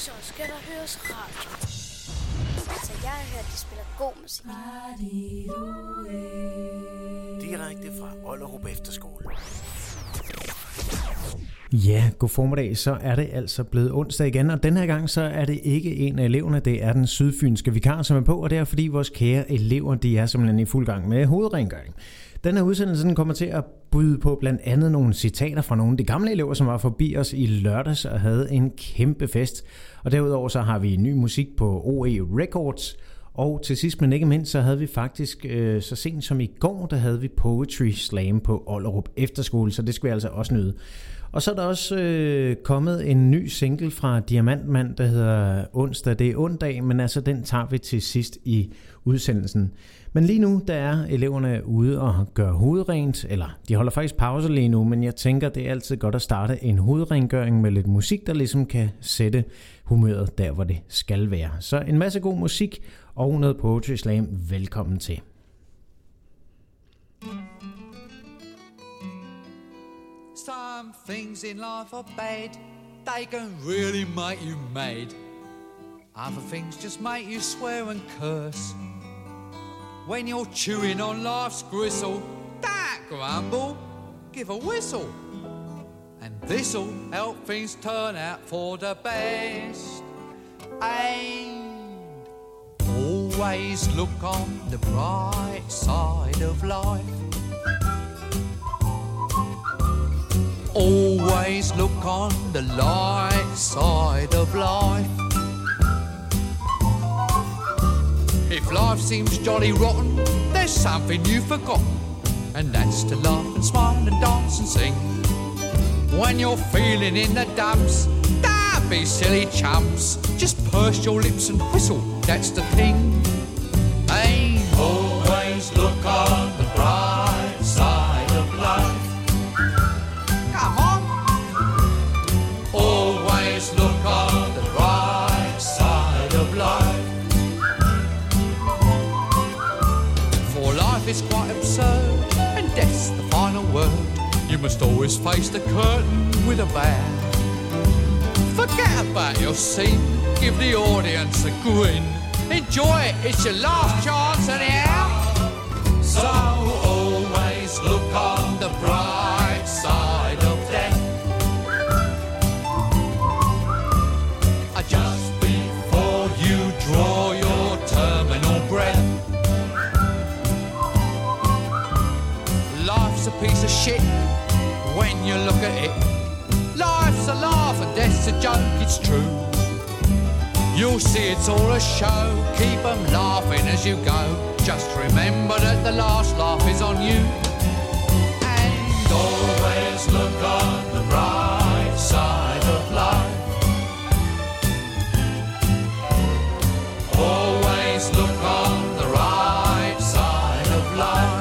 så skal der høres radio. Altså, jeg har hørt, de spiller god musik. Direkte fra Ollerup Efterskole. Ja, god formiddag. Så er det altså blevet onsdag igen, og den her gang så er det ikke en af eleverne, det er den sydfynske vikar, som er på, og det er fordi vores kære elever, de er simpelthen i fuld gang med hovedrengøring. Den her udsendelse kommer til at byde på blandt andet nogle citater fra nogle af de gamle elever, som var forbi os i lørdags og havde en kæmpe fest. Og derudover så har vi ny musik på OE Records. Og til sidst, men ikke mindst, så havde vi faktisk så sent som i går, der havde vi Poetry Slam på Ollerup Efterskole, så det skal vi altså også nyde. Og så er der også kommet en ny single fra Diamantmand, der hedder Onsdag, det er ondag, men altså den tager vi til sidst i udsendelsen. Men lige nu, der er eleverne ude og gør hovedrent, eller de holder faktisk pause lige nu, men jeg tænker, det er altid godt at starte en hovedrengøring med lidt musik, der ligesom kan sætte humøret der, hvor det skal være. Så en masse god musik og noget Poetry Slam. Velkommen til. Some things in life are bad, they can really make you mad. Other things just make you swear and curse. When you're chewing on life's gristle, don't grumble, give a whistle. And this'll help things turn out for the best. And always look on the bright side of life. Always look on the light side of life. If life seems jolly rotten, there's something you've forgotten, and that's to laugh and smile and dance and sing. When you're feeling in the dumps, don't be silly chumps, just purse your lips and whistle, that's the thing. Hey, always look on the bright side of life. Come on. Always look on the bright side of life. It's quite absurd, and death's the final word. You must always face the curtain with a bow. Forget about your scene, give the audience a grin. Enjoy it, it's your last chance anyhow. So always look on the bright side of death. Just before you draw your terminal breath. Life's a piece of shit when you look at it. Life's a laugh and death's a joke, it's true. You'll see it's all a show, keep them laughing as you go. Just remember that the last laugh is on you. And always look on the bright side of life. Always look on the right side of life.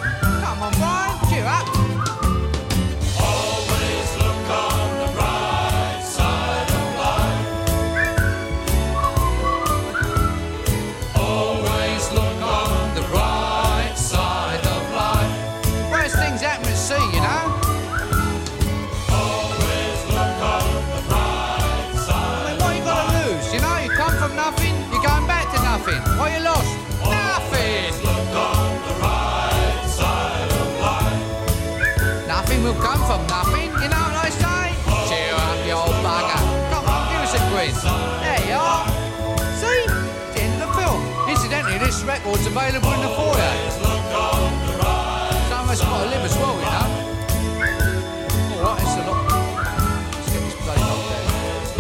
What you lost? Nothing! Look on the right side of life. Nothing will come from nothing, you know what I say? Cheer up, you old bugger. Come on, give us a quiz. There you are. See? It's the end of the film. Incidentally, this record's available in the foyer. Some of us got to live as well, you know. Alright, it's a lot. Let's get this place up there.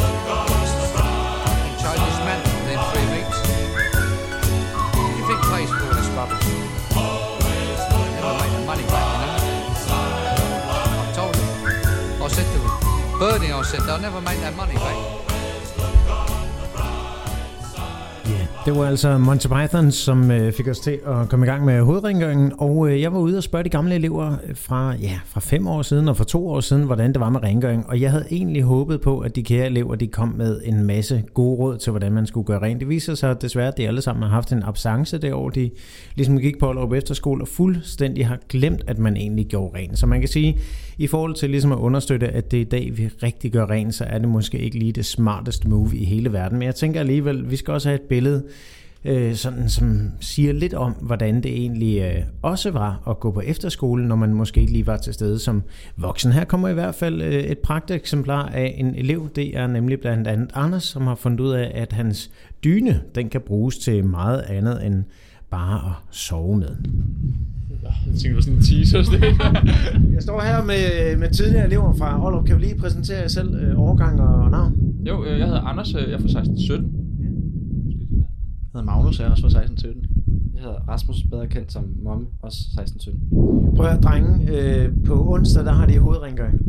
Change this mantle within 3 weeks. Big place for all this rubbish. Never make the money back, you know. I told him. I said to Bernie, they'll never make that money back. Ja, Det var altså Monty Python, som fik os til at komme i gang med hovedrengøringen, og jeg var ude og spørge de gamle elever fra 5 år siden og for 2 år siden, hvordan det var med rengøring, og jeg havde egentlig håbet på, at de kære elever, de kom med en masse gode råd til, hvordan man skulle gøre rent. Det viser sig desværre, at de alle sammen har haft en absence det år, de ligesom gik på Ollerup Efterskole og fuldstændig har glemt, at man egentlig gjorde rent. Så man kan sige, i forhold til ligesom at understøtte, at det i dag vi rigtig gør rent, så er det måske ikke lige det smarteste move i hele verden, men jeg tænker alligevel, vi skal også have et billede, sådan, som siger lidt om, hvordan det egentlig også var at gå på efterskole, når man måske ikke lige var til stede som voksen. Her kommer i hvert fald et pragteksemplar af en elev. Det er nemlig blandt andet Anders, som har fundet ud af, at hans dyne, den kan bruges til meget andet end bare at sove med. Jeg tænker, det var sådan en teaser. Jeg står her med tidligere elever fra Ollerup. Kan vi lige præsentere jer selv, årgang og navn? Jo, jeg hedder Anders, jeg er fra 16-17. Jeg hedder Magnus, jeg er også fra 16-17. Jeg hedder Rasmus, bedre kendt som Momme, også 16-17. Prøv at drenge, på onsdag, der har de hovedrengøring.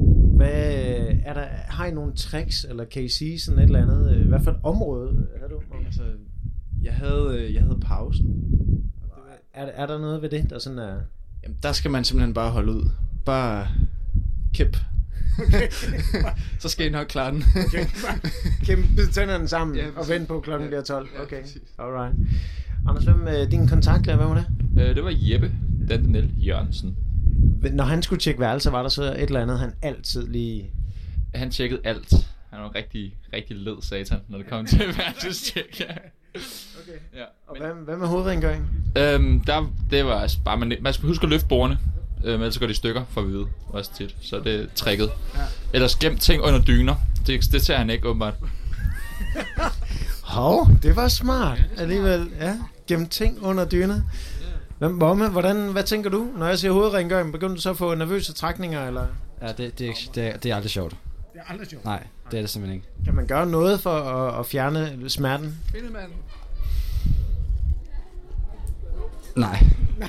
Har I nogle tricks, eller kan I sige sådan et eller andet, i hvert fald område? Altså, jeg havde pausen. Er der noget ved det, der sådan er... Jamen, der skal man simpelthen bare holde ud. Bare kæp. Okay. Så skal I nok klare den. Okay. Kæmpe tænderne sammen, og vente på klokken bliver 12. Okay, alright. Anders, hvem din kontaktlærer, hvad var det? Det var Jeppe Dandenel Jørgensen. Når han skulle tjekke værelser, var der så et eller andet, han altid lige... Han tjekkede alt. Han var rigtig, rigtig led satan, når det kom til værelsestjek. Ja. Okay. Ja, og hvad med hovedrengøring? Det var bare, man skal huske at løfte bordene, men ellers går de i stykker for at vide, også tit. Så det er tricket. Ja. Ellers gem ting under dyner. Det tager han ikke åbenbart. Det var smart alligevel. Ja, gem ting under dyner. Hvad tænker du, når jeg siger hovedrengøring? Begynder du så at få nervøse trækninger, eller? Ja, det er aldrig sjovt. Det er aldrig sjovt? Nej, det er det simpelthen ikke. Kan man gøre noget for at fjerne smerten? Findemand. Nej.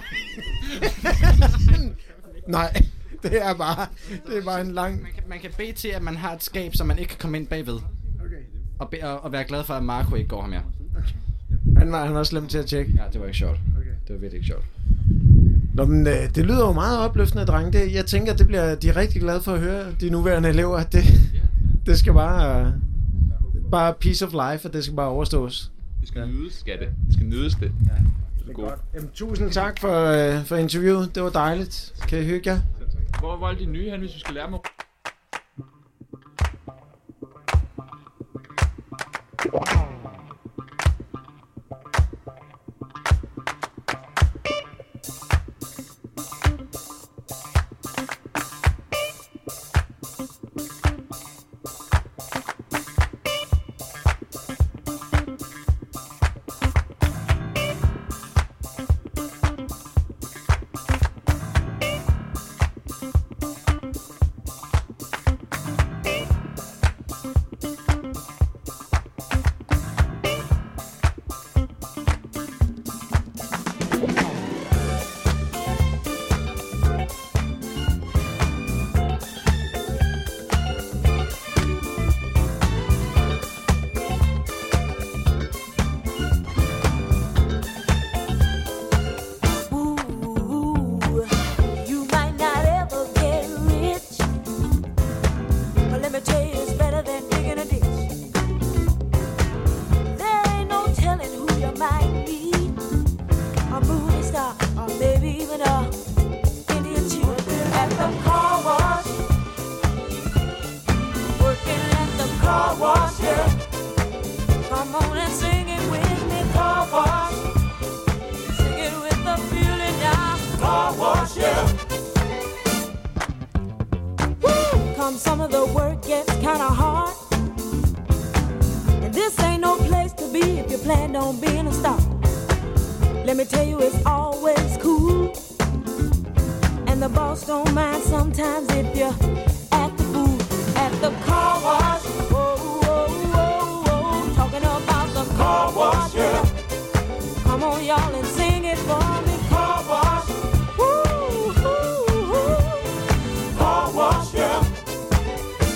Nej, det er bare en lang... Man kan bede til, at man har et skab, så man ikke kan komme ind bagved. Okay. Og være glad for, at Marco ikke går her mere. Okay. Han var slem til at tjekke. Ja, det var ikke sjovt. Okay. Det var virkelig ikke sjovt. Nå, men det lyder jo meget opløftende, drenge. Jeg tænker, det bliver de rigtig glade for at høre, de nuværende elever. Det skal bare piece of life, og det skal bare overstås. Det skal nydes, det skal nydes det. Ja. Det er godt. Jamen, tusind tak for interviewet. Det var dejligt. Kan I hygge jer? Hvor er de nye hen, hvis vi skal lære mig?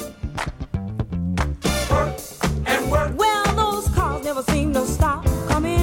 Well, those cars never seem to stop coming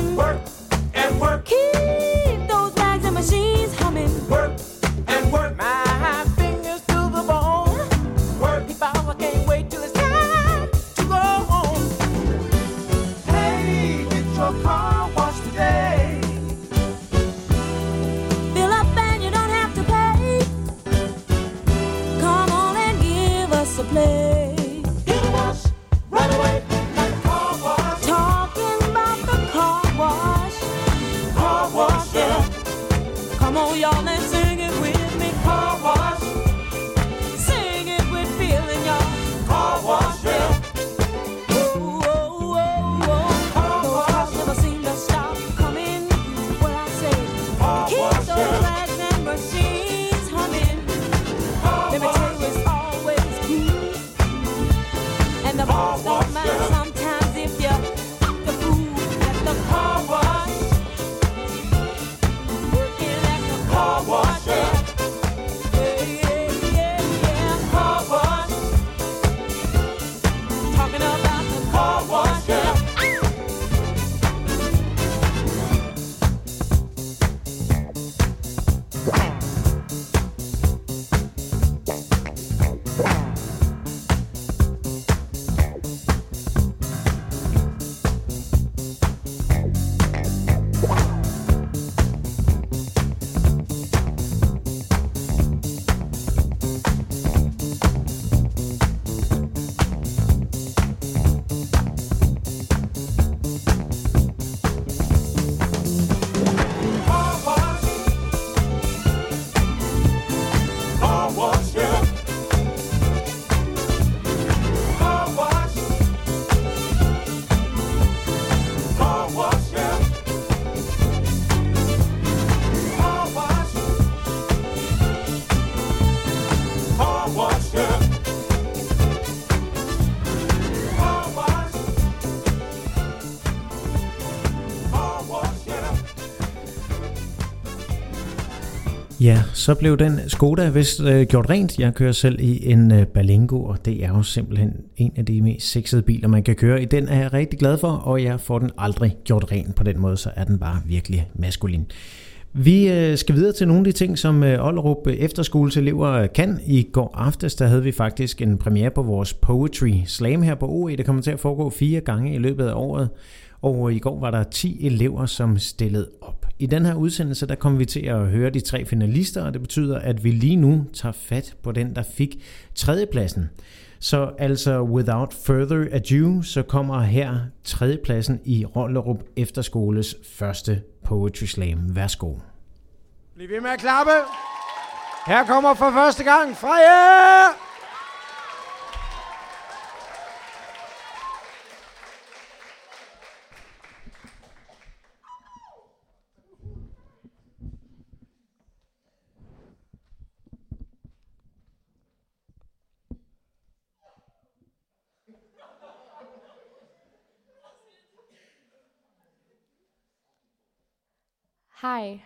And the boss don't mind sometimes if you the food at the car wash. Working at the car wash, yeah. Car wash. Talking about the car wash, yeah. Ja, så blev den Skoda vist gjort rent. Jeg kører selv i en Berlingo, og det er jo simpelthen en af de mest sexede biler, man kan køre i. Den er jeg rigtig glad for, og jeg får den aldrig gjort ren på den måde, så er den bare virkelig maskulin. Vi skal videre til nogle af de ting, som Ollerup Efterskoles elever kan. I går aftes, der havde vi faktisk en premiere på vores Poetry Slam her på OE. Det kommer til at foregå 4 gange i løbet af året. Og i går var der 10 elever, som stillede op. I den her udsendelse, der kommer vi til at høre de 3 finalister, og det betyder, at vi lige nu tager fat på den, der fik 3. pladsen. Så altså, without further ado, så kommer her 3. pladsen i Ollerup Efterskoles første Poetry Slam. Værsgo. Bliv ved med at klappe. Her kommer for første gang Freja! Hi.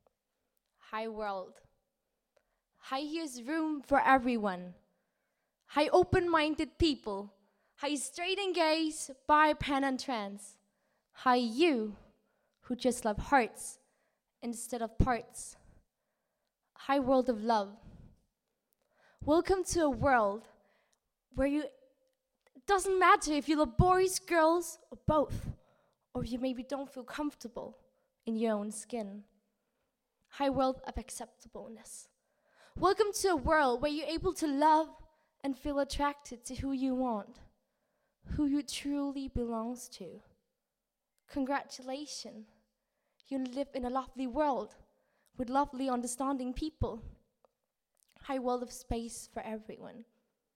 Hi world. Hi, here's room for everyone. Hi, open-minded people. Hi, straight and gays, bi, pan and trans. Hi, you who just love hearts instead of parts. Hi, world of love. Welcome to a world where it doesn't matter if you love boys, girls, or both, or you maybe don't feel comfortable in your own skin. High world of acceptableness. Welcome to a world where you're able to love and feel attracted to who you want, who you truly belongs to. Congratulations. You live in a lovely world with lovely understanding people. High world of space for everyone.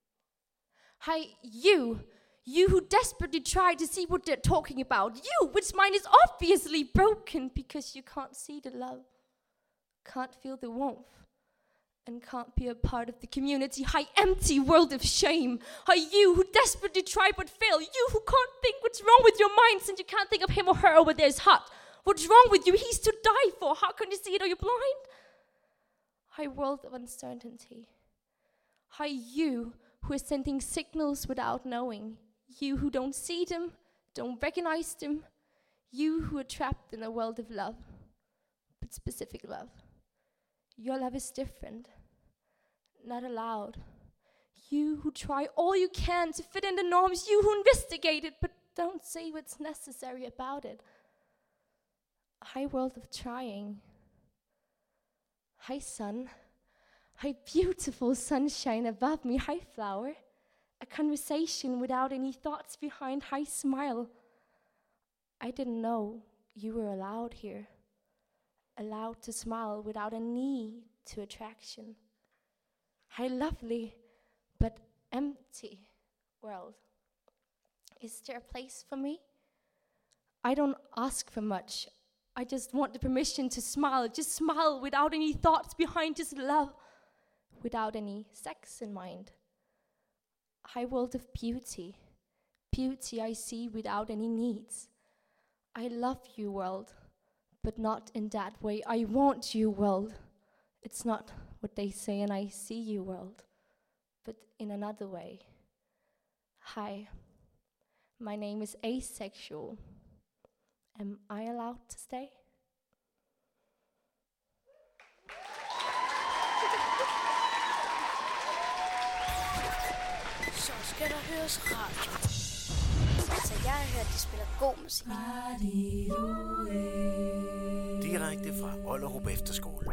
Hi, you who desperately try to see what they're talking about. You, which mind is obviously broken because you can't see the love, can't feel the warmth, and can't be a part of the community. Hi, empty world of shame. Hi, you who desperately try but fail. You who can't think what's wrong with your mind since you can't think of him or her over there is hot. What's wrong with you? He's to die for. How can you see it? Are you blind? Hi, world of uncertainty. Hi, you who is sending signals without knowing. You who don't see them, don't recognize them. You who are trapped in a world of love, but specific love. Your love is different, not allowed. You who try all you can to fit in the norms. You who investigate it, but don't say what's necessary about it. Hi, world of trying. Hi, sun. Hi, beautiful sunshine above me. Hi, flower. A conversation without any thoughts behind. Hi, smile. I didn't know you were allowed here. Allowed to smile without a need to attraction. Hi, lovely but empty world. Is there a place for me? I don't ask for much. I just want the permission to smile. Just smile without any thoughts behind. Just love without any sex in mind. High world of beauty. beauty I see without any needs. I love you, world, but not in that way. I want you, world. It's not what they say, and I see you, world, but in another way. Hi, my name is Asexual. Am I allowed to stay? Så skal der høres radio. Altså, jeg har hørt, de spiller god musik. Direkte fra Ollerup Efterskole.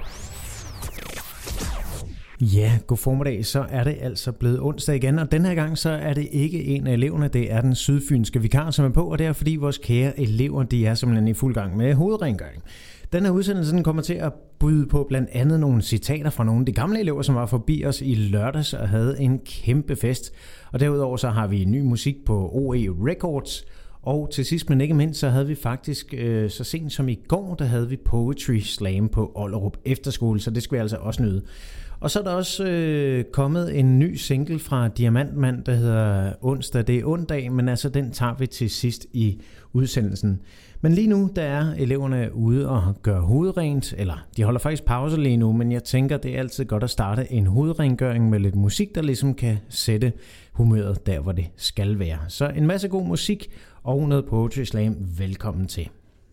Ja, god formiddag. Så er det altså blevet onsdag igen, og den her gang så er det ikke en af eleverne, det er den sydfynske vikar, som er på, og det er fordi vores kære elever, de er simpelthen i fuld gang med hovedrengøring. Den her udsendelse kommer til at byde på blandt andet nogle citater fra nogle af de gamle elever, som var forbi os i lørdags og havde en kæmpe fest. Og derudover så har vi ny musik på OE Records. Og til sidst, men ikke mindst, så havde vi faktisk så sent som i går, der havde vi Poetry Slam på Ollerup Efterskole, så det skal vi altså også nyde. Og så er der også kommet en ny single fra Diamantmand, der hedder Onsdag. Det er onddag, men altså den tager vi til sidst i udsendelsen. Men lige nu, der er eleverne ude og gør hovedrent, eller de holder faktisk pause lige nu, men jeg tænker, det er altid godt at starte en hovedrengøring med lidt musik, der ligesom kan sætte humøret der, hvor det skal være. Så en masse god musik og noget Poetry Slam. Velkommen til.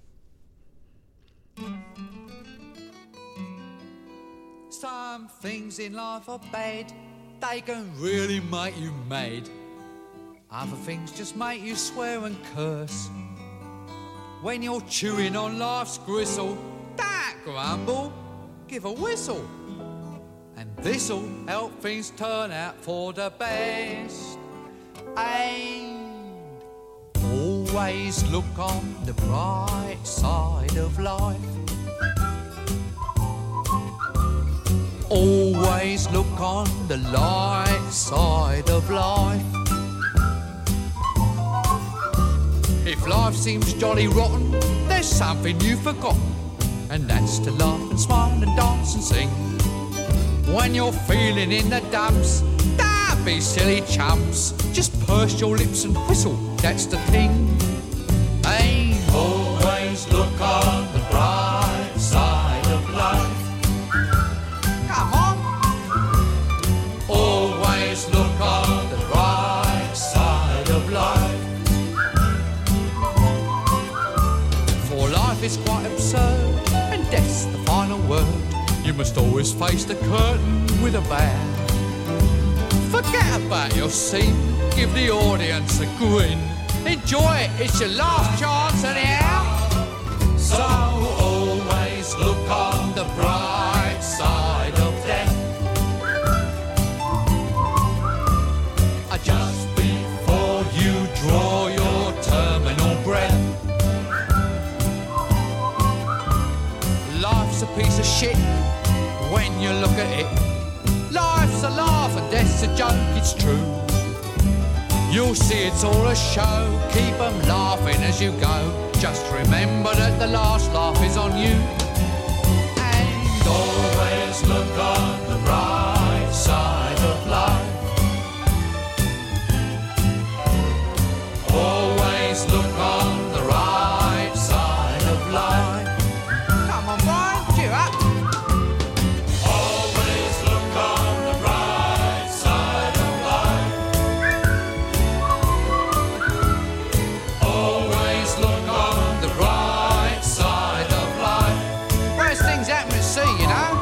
Some things in life are bad, they can really make you mad. Other things just make you swear and curse. When you're chewing on life's gristle, don't grumble, give a whistle. And this'll help things turn out for the best. And always look on the bright side of life. Always look on the light side of life. If life seems jolly rotten, there's something you've forgotten, and that's to laugh and smile and dance and sing. When you're feeling in the dumps, don't be silly chumps, just purse your lips and whistle, that's the thing. Hey, always look on the bright side of life. Come on. Always look on the bright side of life. For life is quite absurd, and death's the final word. You must always face the curtain with a bow. Forget about your scene, give the audience a grin. Enjoy it, it's your last chance anyhow. So always look on the bright side of death. Just before you draw your terminal breath. Life's a piece of shit when you look at it. Life's a laugh and death's a joke, it's true. You'll see it's all a show, keep them laughing as you go. Just remember that the last laugh is on you. And always look on the bright side of life. Always look on the right side of life. Come on, Brian, cheer up. Always look on the right side of life. Always look on the right side of life. Worst things happen at sea, you know.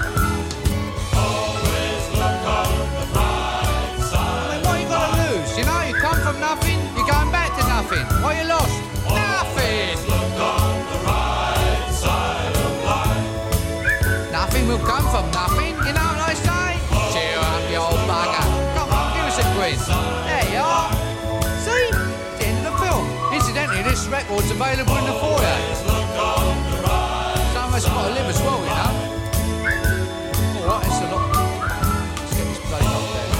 Always look on the right side. I mean, what you got to lose? You know, you come from nothing, you're going back to nothing. What you lost? Nothing. Look on the right side of life. Nothing will come from nothing, you know what I say? Cheer up, you old bugger. Come on, give us a grin. There you are. See? It's the end of the film. Incidentally, this record's available in the foyer. Some of us got to live as well, you know. Alright, it's a lot. Let's get this bloody locked down.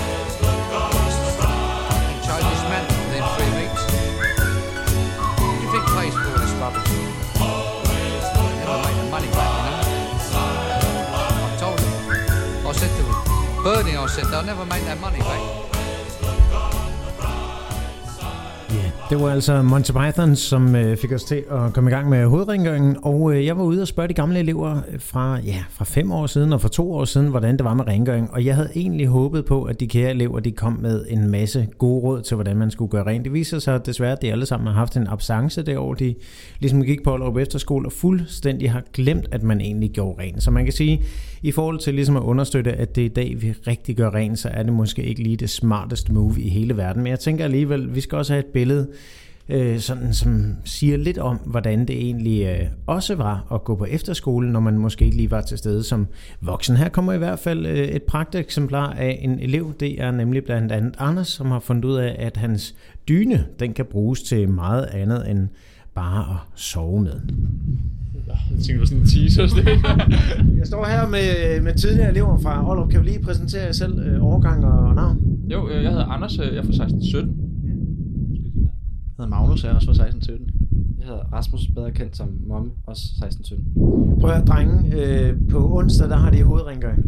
Change this man within 3 weeks. What do you think pays for all this rubbish? Never make the money back, you know. I told him. I said to him, Bernie, I said, they'll never make that money back. Ja, Det var altså Monty Python, som fik os til at komme i gang med hovedrengøringen, og jeg var ude og spørge de gamle elever fra 5 år siden og for 2 år siden, hvordan det var med rengøring, og jeg havde egentlig håbet på, at de kære elever, de kom med en masse gode råd til, hvordan man skulle gøre rent. Det viser sig desværre, at de alle sammen har haft en absence det år, de ligesom gik på Ollerup Efterskole og fuldstændig har glemt, at man egentlig gjorde rent. Så man kan sige, i forhold til ligesom at understøtte, at det i dag vi rigtig gør rent, så er det måske ikke lige det smarteste move i hele verden, men jeg tænker alligevel, vi skal også have et billede, sådan, som siger lidt om, hvordan det egentlig også var at gå på efterskole, når man måske ikke lige var til stede som voksen. Her kommer i hvert fald et pragteksemplar af en elev. Det er nemlig blandt andet Anders, som har fundet ud af, at hans dyne, den kan bruges til meget andet end bare at sove med. Jeg tænker, det var sådan en teaser. Jeg står her med tidligere elever fra Ollerup. Kan du lige præsentere jer selv, årgang og navn? Jo, jeg hedder Anders, jeg er fra 16-17. Jeg hedder Magnus, jeg er også fra 16-17. Jeg hedder Rasmus, bedre kendt som Momme, også 16-17. Prøv at høre, drenge. På onsdag, der har de hovedrengøring.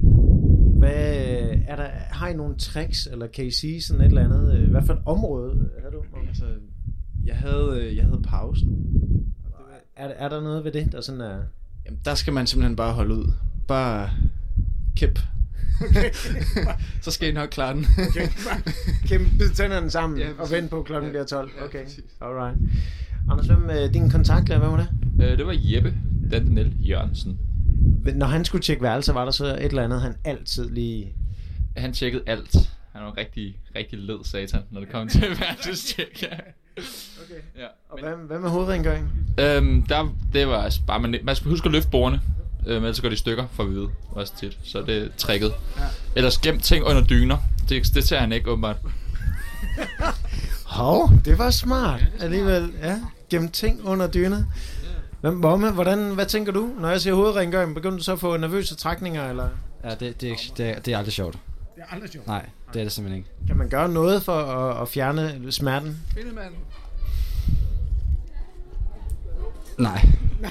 Har I nogle tricks, eller kan I sige sådan et eller andet? I hvert fald område, er du? Altså, jeg havde pausen. Er der noget ved det, der sådan er... Jamen, der skal man simpelthen bare holde ud. Bare kæp. Okay. Så skal I nok klare den. Okay. Kæmpe tænderne sammen og vente på klokken bliver 12. Okay, alright. Anders, hvem din kontaktlærer, hvem var det? Det var Jeppe Dandenel Jørgensen. Når han skulle tjekke værelser, var der så et eller andet, han altid lige... Han tjekkede alt. Han var rigtig, rigtig led satan, når det kom til værelsestjek. Ja. Okay. Ja, og hvad med hovedrengøring? Det var bare, man skal huske at løfte bordene, men ellers går de i stykker, for at vide også tit. Så det er tricket. Ja. Ellers gem ting under dyner. Det tager han ikke åbenbart. Det var smart alligevel. Ja, gem ting under dyner. Momme, hvad tænker du, når jeg siger hovedrengøring? Begynder du så at få nervøse trækninger, eller? Ja, det er aldrig sjovt. Det er aldrig sjovt. Nej, det er det simpelthen ikke. Kan man gøre noget for at fjerne smerten? Findemand. Nej.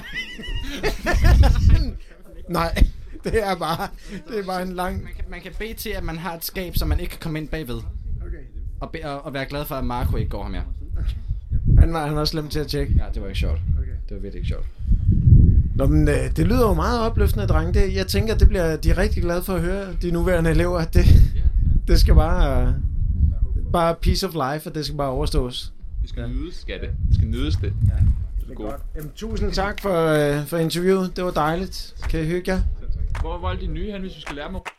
Nej, det er bare en lang... Man kan bede til, at man har et skab, så man ikke kan komme ind bagved. Okay. Og være glad for, at Marco ikke går ham her. Okay. Han var slem til at tjekke. Ja, det var ikke sjovt. Okay. Det var virkelig ikke sjovt. Nå, men det lyder jo meget opløftende, drenge. Jeg tænker, det bliver de rigtig glade for at høre, de nuværende elever. Det skal bare peace of life, og det skal bare overstås. Det skal nydes, det skal nydes det. Ja. Det er godt. Jamen, tusind tak for interviewet. Det var dejligt. Kan I hygge jer? Hvor er de nye hen, hvis vi skal lære mig?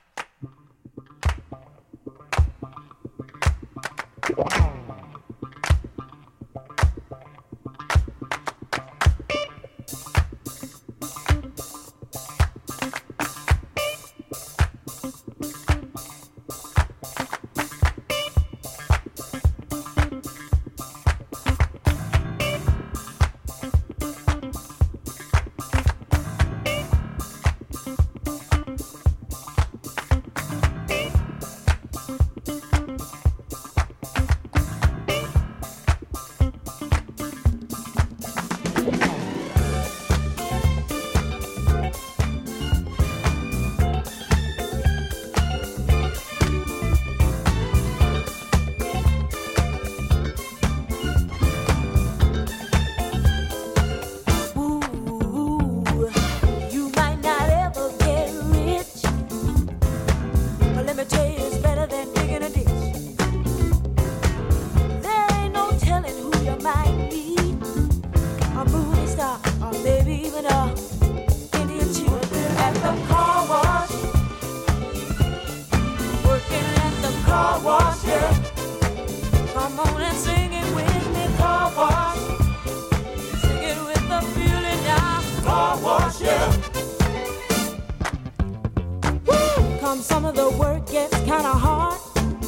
Some of the work gets kind of hard,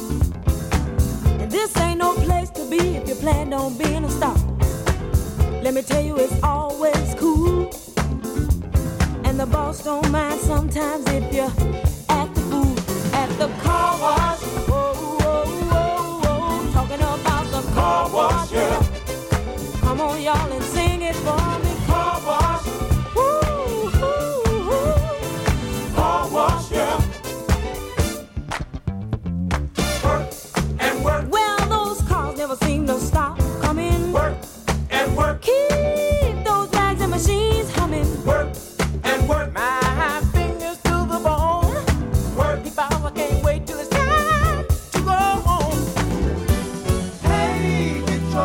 and this ain't no place to be if you plan on being a star. Let me tell you, it's always cool, and the boss don't mind sometimes if you act the fool at the car wash. Whoa, whoa, whoa, whoa, talking about the car wash, yeah. Come on, y'all, and sing it for me. Car wash. Woo, woo, woo. Car wash, yeah. Well, those cars never seem to stop coming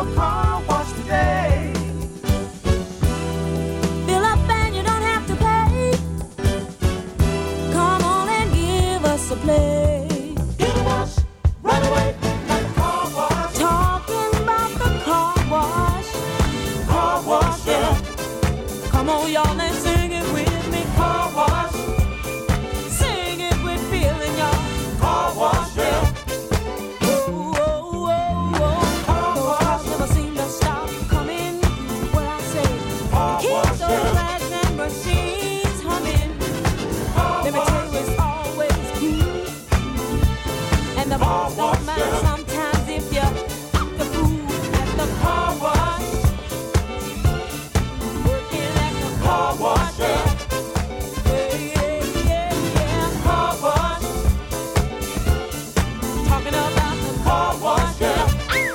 your car wash today. Fill up and you don't have to pay. Come on and give us a play. Get a wash right away like a car wash. Talking about the car wash. Car wash, yeah. Come on, y'all, and sing it with me. Car wash. Sing it with feeling, y'all. Car wash, yeah. Oh, oh, oh, oh. Those cars never seem to stop coming. What I say, keep those rags and machines humming. Let me tell you, it's always cool. And the boss don't mind sometimes if you act the fool at the car wash. Working at the car wash, yeah. Yeah, yeah, yeah, yeah. Car wash. Talking about the car wash, yeah.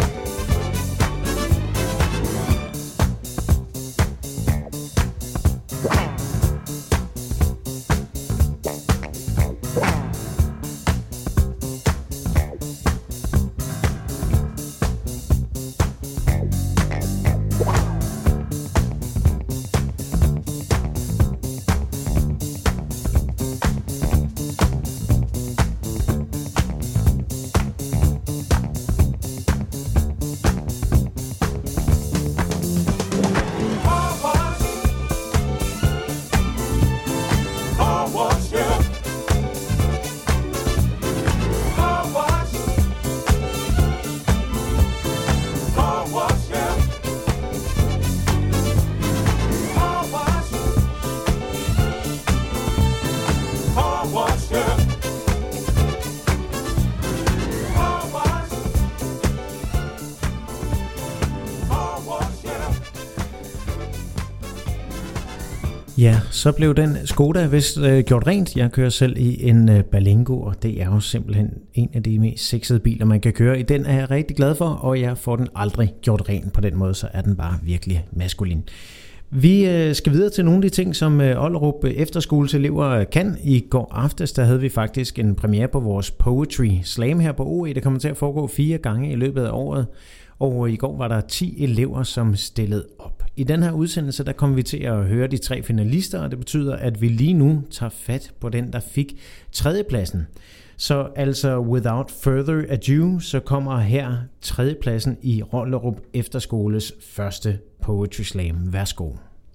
Ja, så blev den Skoda vist gjort rent. Jeg kører selv i en Berlingo, og det er jo simpelthen en af de mest sexede biler, man kan køre i. Den er jeg rigtig glad for, og jeg får den aldrig gjort rent på den måde, så er den bare virkelig maskulin. Vi skal videre til nogle af de ting, som Ollerup Efterskoles elever kan. I går aftes, der havde vi faktisk en premiere på vores Poetry Slam her på OE. Det kommer til at foregå 4 gange i løbet af året. Og i går var der 10 elever, som stillede op. I den her udsendelse, der kommer vi til at høre de 3 finalister, og det betyder, at vi lige nu tager fat på den, der fik 3. pladsen. Så altså, without further ado, så kommer her 3. pladsen i Ollerup Efterskoles første Poetry Slam. Værsgo.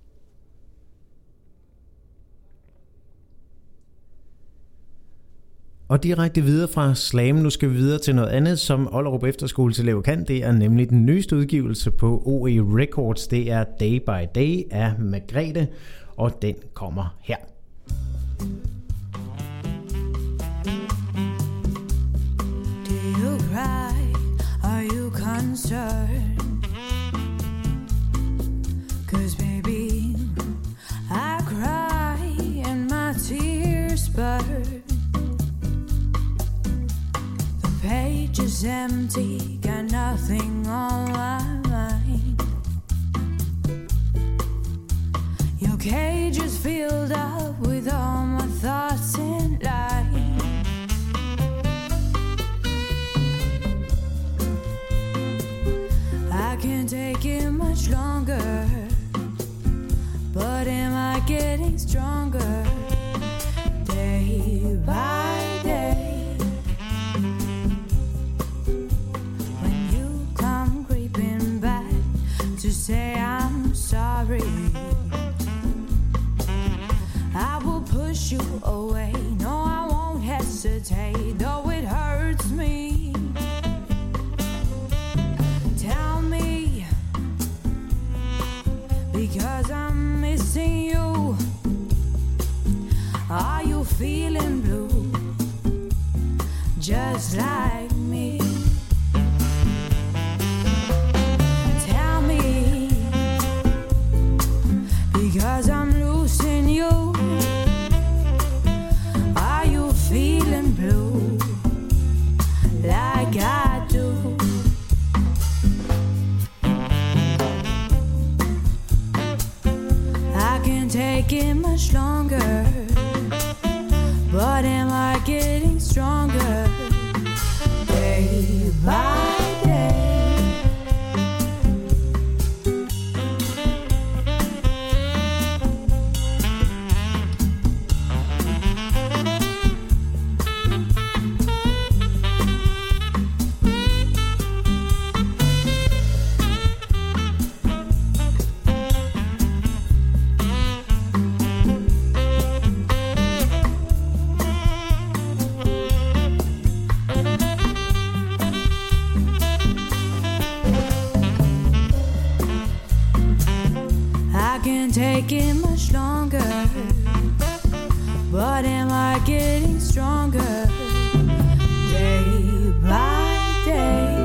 Og direkte videre fra Slam, nu skal vi videre til noget andet, som Ollerup Efterskoles elever kan. Det er nemlig den nyeste udgivelse på OE Records. Det er Day by Day af Margrethe, og den kommer her. Do you cry? Are you concerned? 'Cause baby, I cry and my tears burn. Page is empty, got nothing on my mind. Your cage is filled up with all my thoughts in line. I can't take it much longer, but am I getting stronger? Day by day. To say I'm sorry, I will push you away. No, I won't hesitate, though it hurts me. Tell me, because I'm missing you. Are you feeling blue, just like me? Because I'm losing you. Are you feeling blue like I do? I can't take it much longer, but am I getting stronger? Day by day. breaking much longer, but am I getting stronger day by day?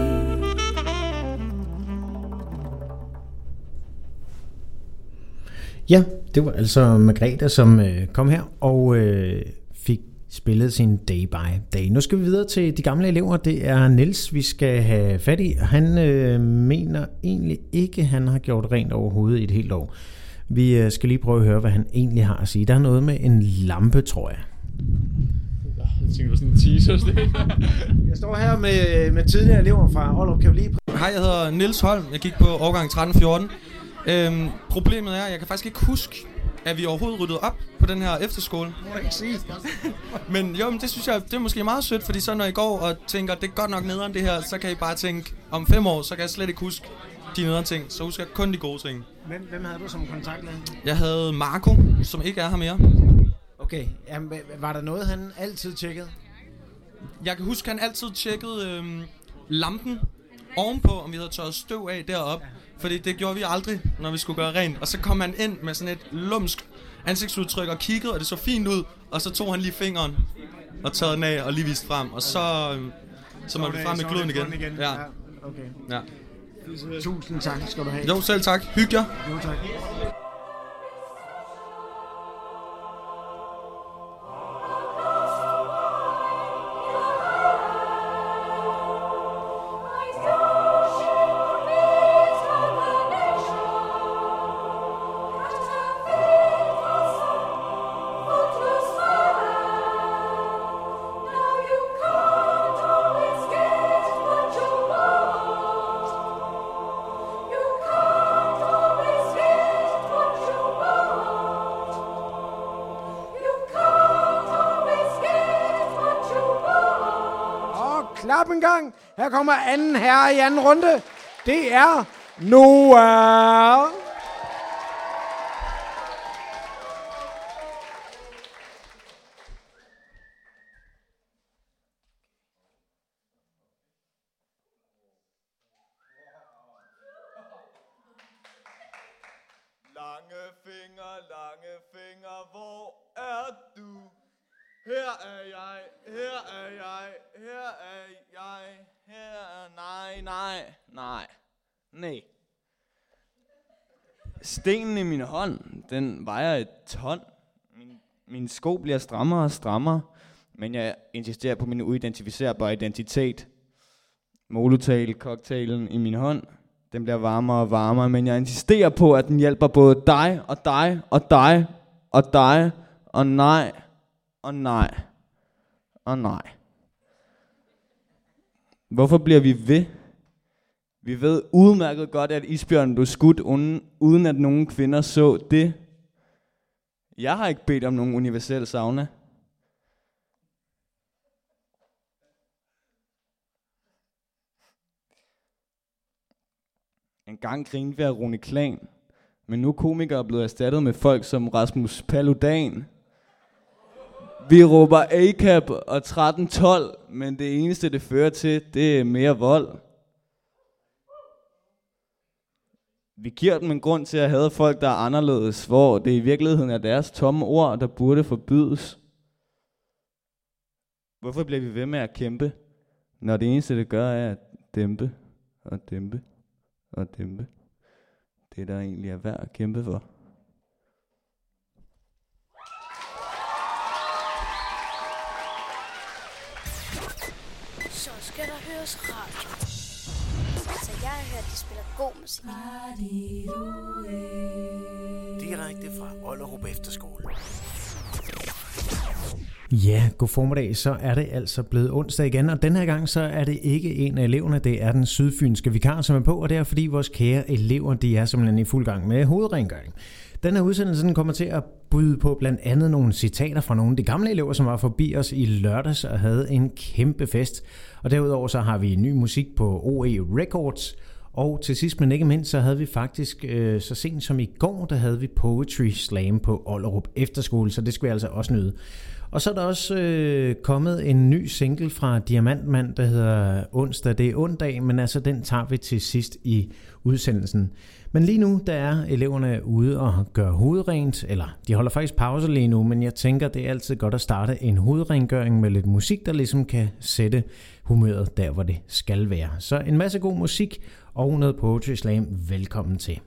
Ja, det var altså Margrethe, som kom her og fik spillet sin Day by Day. Nu skal vi videre til de gamle elever. Det er Niels, vi skal have fat i. Han mener egentlig ikke, han har gjort rent overhovedet i et helt år. Vi skal lige prøve at høre, hvad han egentlig har at sige. Der er noget med en lampe, tror jeg. Jeg tænker på sådan en teaser. Jeg står her med tidligere elever fra Ollerup. Kan vi lige... Hej, jeg hedder Niels Holm. Jeg gik på årgang 13-14. Problemet er, at jeg kan faktisk ikke huske, at vi overhovedet ryddede op på den her efterskole. Må jeg ikke sige. Men jo, men det synes jeg, det er måske meget sødt, fordi så når I går og tænker, det er godt nok nederen det her, så kan I bare tænke, om 5 år, så kan jeg slet ikke huske de nederen ting. Så husker jeg kun de gode ting. Hvem havde du som kontaktlærer? Jeg havde Marco, som ikke er her mere. Okay, jamen, var der noget, han altid tjekkede? Jeg kan huske, han altid tjekkede lampen ovenpå, om vi havde tørret støv af deroppe. Fordi det gjorde vi aldrig, når vi skulle gøre rent. Og så kom han ind med sådan et lumsk ansigtsudtryk og kiggede, og det så fint ud. Og så tog han lige fingeren og tørrede den af og lige viste frem. Og så måtte vi frem med gløden igen. Ja. Okay. Ja. Tusind tak skal du have. Jo, selv tak. Hygge jer. Jo, tak. Klap en gang. Her kommer anden herre i anden runde. Det er Noah. Lange fingre, hvor er du? Her er jeg, her er jeg, her er jeg, her er... Nej. Stenen i min hånd, den vejer et ton. Min sko bliver strammere og strammere, men jeg insisterer på min uidentificerbare identitet. Molotov-cocktailen i min hånd, den bliver varmere og varmere, men jeg insisterer på, at den hjælper både dig og dig og dig og dig og nej. Og nej. Hvorfor bliver vi ved? Vi ved udmærket godt, at isbjørnen blev skudt, uden at nogen kvinder så det. Jeg har ikke bedt om nogen universel sauna. En gang grinede vi af Rune Klan, men nu er komikere blevet erstattet med folk som Rasmus Paludan. Vi råber ACAB og 1312, men det eneste det fører til, det er mere vold. Vi giver dem en grund til at have folk, der er anderledes, hvor det i virkeligheden er deres tomme ord, der burde forbydes. Hvorfor bliver vi ved med at kæmpe, når det eneste det gør er at dæmpe og dæmpe og dæmpe det, der egentlig er værd at kæmpe for? Så skal der høres radio. Altså, jeg har hørt, de spiller god musik. Direkte fra Ollerup Efterskole. Ja, god formiddag. Så er det altså blevet onsdag igen, og den her gang så er det ikke en af eleverne, det er den sydfynske vikar, som er på, og det er fordi vores kære elever, de er simpelthen i fuld gang med hovedrengøring. Den her udsendelse kommer til at byde på blandt andet nogle citater fra nogle af de gamle elever, som var forbi os i lørdags og havde en kæmpe fest. Og derudover så har vi ny musik på OE Records, Og til sidst, men ikke mindst, så havde vi faktisk så sent som i går, der havde vi Poetry Slam på Ollerup Efterskole, så det skal vi altså også nyde. Og så er der også kommet en ny single fra Diamantmand, der hedder Onsdag. Det er ondag, men altså den tager vi til sidst i udsendelsen. Men lige nu, der er eleverne ude og gøre hovedrent, eller de holder faktisk pause lige nu, men jeg tænker, det er altid godt at starte en hovedrengøring med lidt musik, der ligesom kan sætte humøret der, hvor det skal være. Så en masse god musik og noget Poetry Slam. Velkommen til.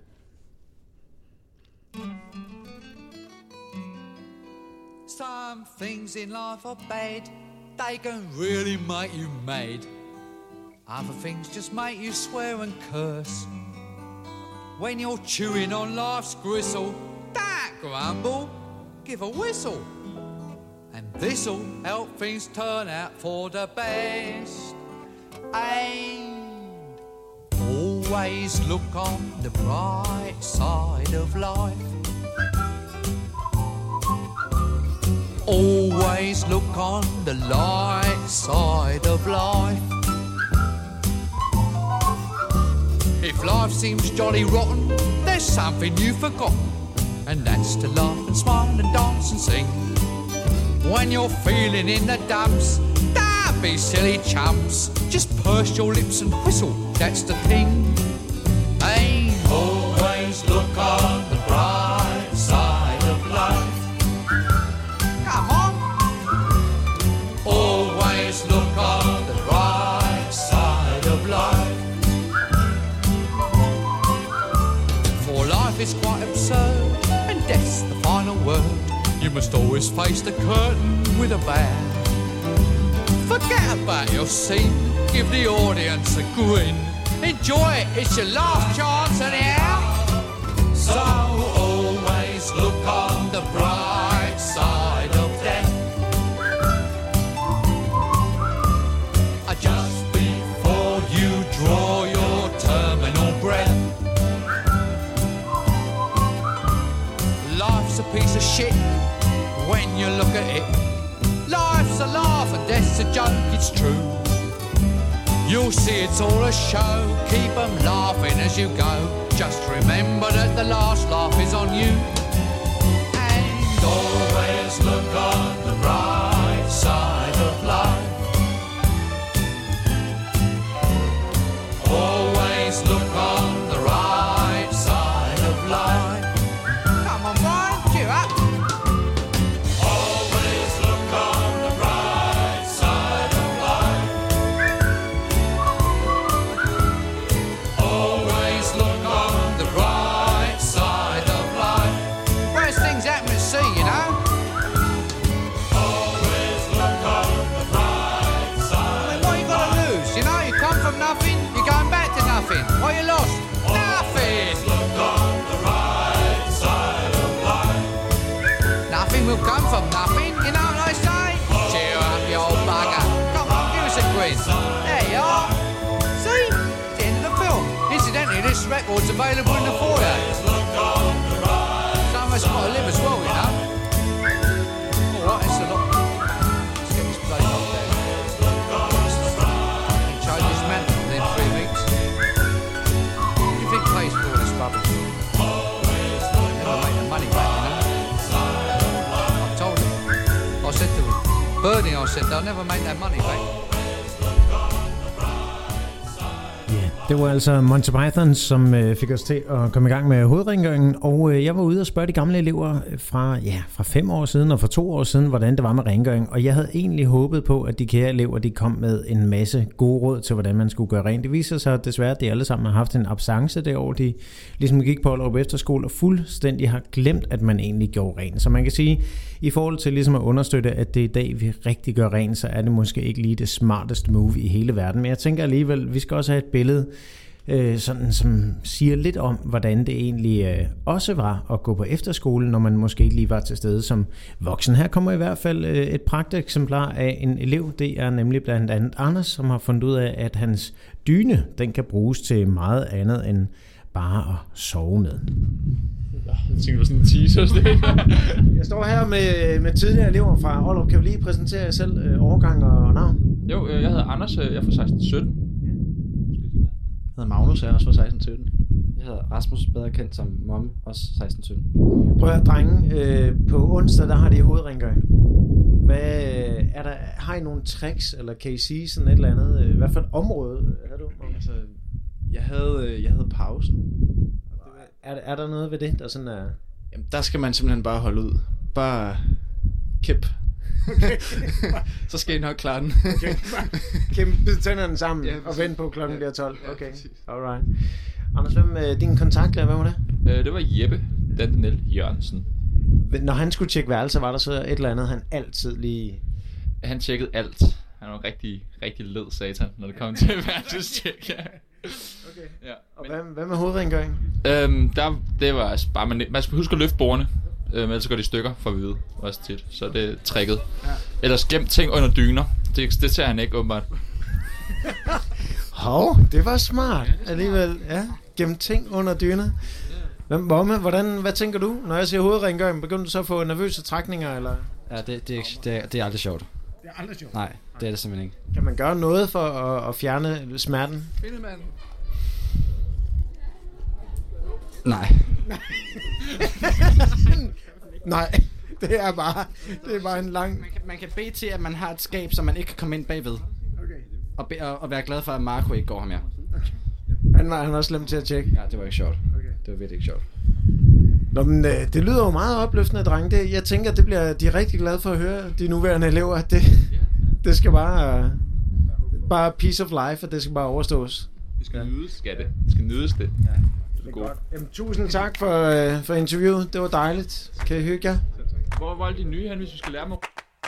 Some things in life are bad, they can really make you mad. Other things just make you swear and curse. When you're chewing on life's gristle, don't grumble, give a whistle. And this'll help things turn out for the best. And always look on the bright side of life. Always look on the light side of life. If life seems jolly rotten, there's something you've forgotten, and that's to laugh and smile and dance and sing. When you're feeling in the dumps, don't be silly chumps, just purse your lips and whistle, that's the thing. Hey, always look on the bright side of life. Come on. Always look on the bright side of life. For life is quite absurd, and death's the final word. You must always face the curtain with a bow. Forget about your scene, give the audience a grin. Enjoy it, it's your last chance anyhow. So always look on the bright side of death. Just before you draw your terminal breath. Life's a piece of shit when you look at it. Life's a laugh and death's a joke, it's true. You'll see it's all a show, keep them laughing as you go. Just remember that the last laugh is on you. And always look on the bright side of life. Always look on the right side of life. Come on, Brian, cheer up. Always look on the right side of life. Always look on the right side of life. Worst things happen at sea, you know. Always look on the right side. What you got to lose? You know, you come from nothing, you're going back to nothing. What you lost? Nothing. Look on the right side of life. Nothing will come from nothing, you know what I say? Cheer up, you old bugger. Come on, give us a grin. There you are. See? It's the end of the film. Incidentally, this record's available in the foyer. Some of us got to live as well, you know. Alright, it's a lot. Let's get this place up there. Change this man within 3 weeks. What do you think pays for all this rubbish? Never make the money back, you know. I told him. I said to Bernie, I said, they'll never make that money back. Det var altså Monty Python, som fik os til at komme i gang med hovedrengøringen, og jeg var ude og spørge de gamle elever fra 5 år siden og for 2 år siden, hvordan det var med rengøring, og jeg havde egentlig håbet på, at de kære elever, de kom med en masse gode råd til, hvordan man skulle gøre rent. Det viser sig desværre, at de alle sammen har haft en absence det år, de ligesom gik på Ollerup Efterskole og fuldstændig har glemt, at man egentlig gjorde rent. Så man kan sige, i forhold til ligesom at understøtte, at det i dag vi rigtig gør rent, så er det måske ikke lige det smarteste move i hele verden, men jeg tænker alligevel, vi skal også have et billede, sådan, som siger lidt om, hvordan det egentlig også var at gå på efterskole, når man måske ikke lige var til stede som voksen. Her kommer i hvert fald et pragteksemplar af en elev. Det er nemlig blandt andet Anders, som har fundet ud af, at hans dyne, den kan bruges til meget andet end bare at sove med. Jeg tænker på sådan en teaser. Jeg står her med tidligere elever fra Ollerup. Kan vi lige præsentere jer selv, årgang og navn? Jo, jeg hedder Anders. Jeg er fra 16-17. Jeg hedder Magnus, jeg er også fra 1617. Jeg hedder Rasmus, bedre kendt som Momme, også 1617. Prøv at drenge, på onsdag, der har de hovedrengøring. Har I nogle tricks, eller kan I sige sådan et eller andet? Hvad for et område er du? Altså, jeg havde pausen. Er der noget ved det, der sådan er... Jamen, der skal man simpelthen bare holde ud. Bare kæp. Okay. Så skal I nok klare den. Okay. Kæmpe tænderne sammen og vente på klokken bliver 12. Okay, alright. Anders, hvem din kontaktlærer, hvem var det? Det var Jeppe Dandenel Jørgensen. Når han skulle tjekke værelser, var der så et eller andet, han altid lige... Han tjekkede alt. Han var rigtig, rigtig led satan, når det kom til værelsestjek. Ja. Okay. Ja, og hvad med hovedrengøring? Det var bare, man skal huske at løfte bordene, men ellers går de i stykker for at vide også tit. Så det er tricket. Ja. Ellers gem ting under dyner. Det tager han ikke åbenbart. Hov, det var smart alligevel. Ja, gem ting under dyner. Hvad tænker du, når jeg siger hovedrengøring? Begynder du så at få nervøse trækninger, eller? Ja, det er aldrig sjovt. Det er aldrig sjovt? Nej, det er det simpelthen ikke. Kan man gøre noget for at fjerne smerten? Findemand. Nej. Nej, det er bare en lang... Man kan bede til, at man har et skab, som man ikke kan komme ind bagved. Okay. Og være glad for, at Marco ikke går her mere. Okay. Han var slem til at tjekke. Ja, det var ikke sjovt. Okay. Det var virkelig ikke sjovt. Nå, men det lyder jo meget opløftende, drenge. Jeg tænker, det bliver de rigtig glade for at høre, de nuværende elever. Det skal bare piece of life, og det skal bare overstås. Det skal nydes, det skal nydes det. Ja. Det er godt. Jamen, tusind tak for interviewet. Det var dejligt. Kan I hygge jer? Hvor er de nye hen, hvis vi skal lære mig?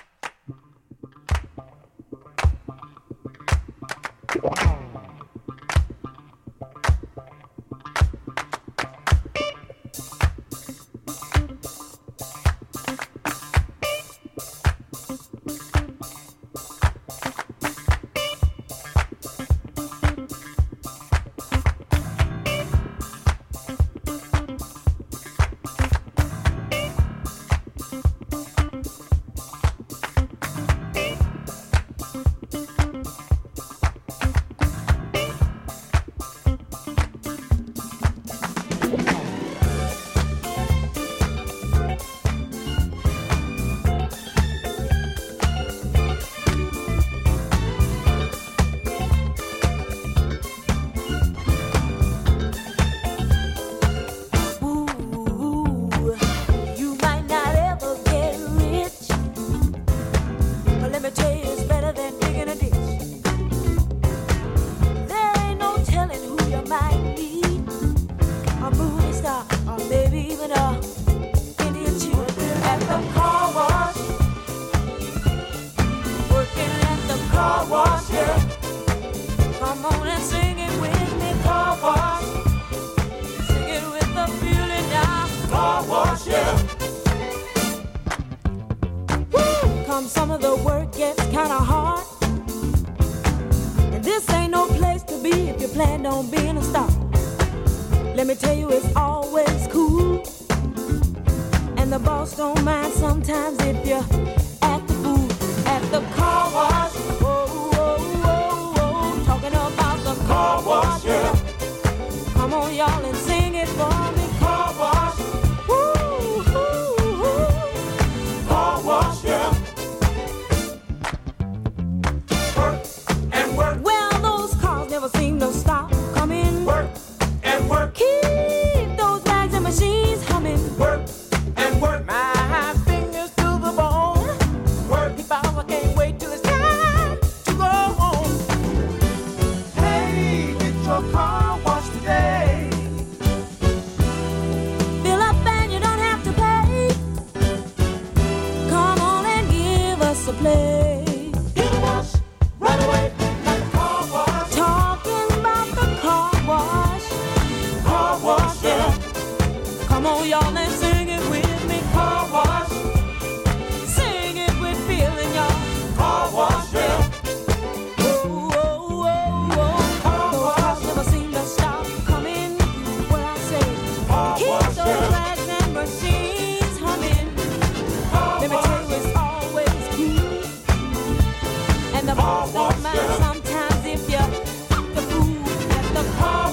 Some of the work gets kinda hard, and this ain't no place to be if you plan on being a star. Let me tell you, it's always cool, and the boss don't mind sometimes if you act the fool at the car wash. Whoa, whoa, whoa, whoa, talking about the car wash, yeah. Come on, y'all, and sing it for me. Car wash. Woo, woo, woo. Car wash, yeah. Seem to stop coming. Work and work. Keep those bags and machines humming. Work and work. My fingers to the bone. Work. If I can't wait till it's time to go home. Hey, get your car washed today. Fill up and you don't have to pay. Come on and give us a play. Get a wash right away. Come on, y'all, and sing it with me. Car wash. Sing it with feeling, y'all. Car wash, yeah. Whoa, whoa, whoa, whoa. Those cars never seem to stop coming. What I say, keep those bags and machines humming. Let me tell you, it's always cool, and the boss don't mind sometimes if you act the fool at the car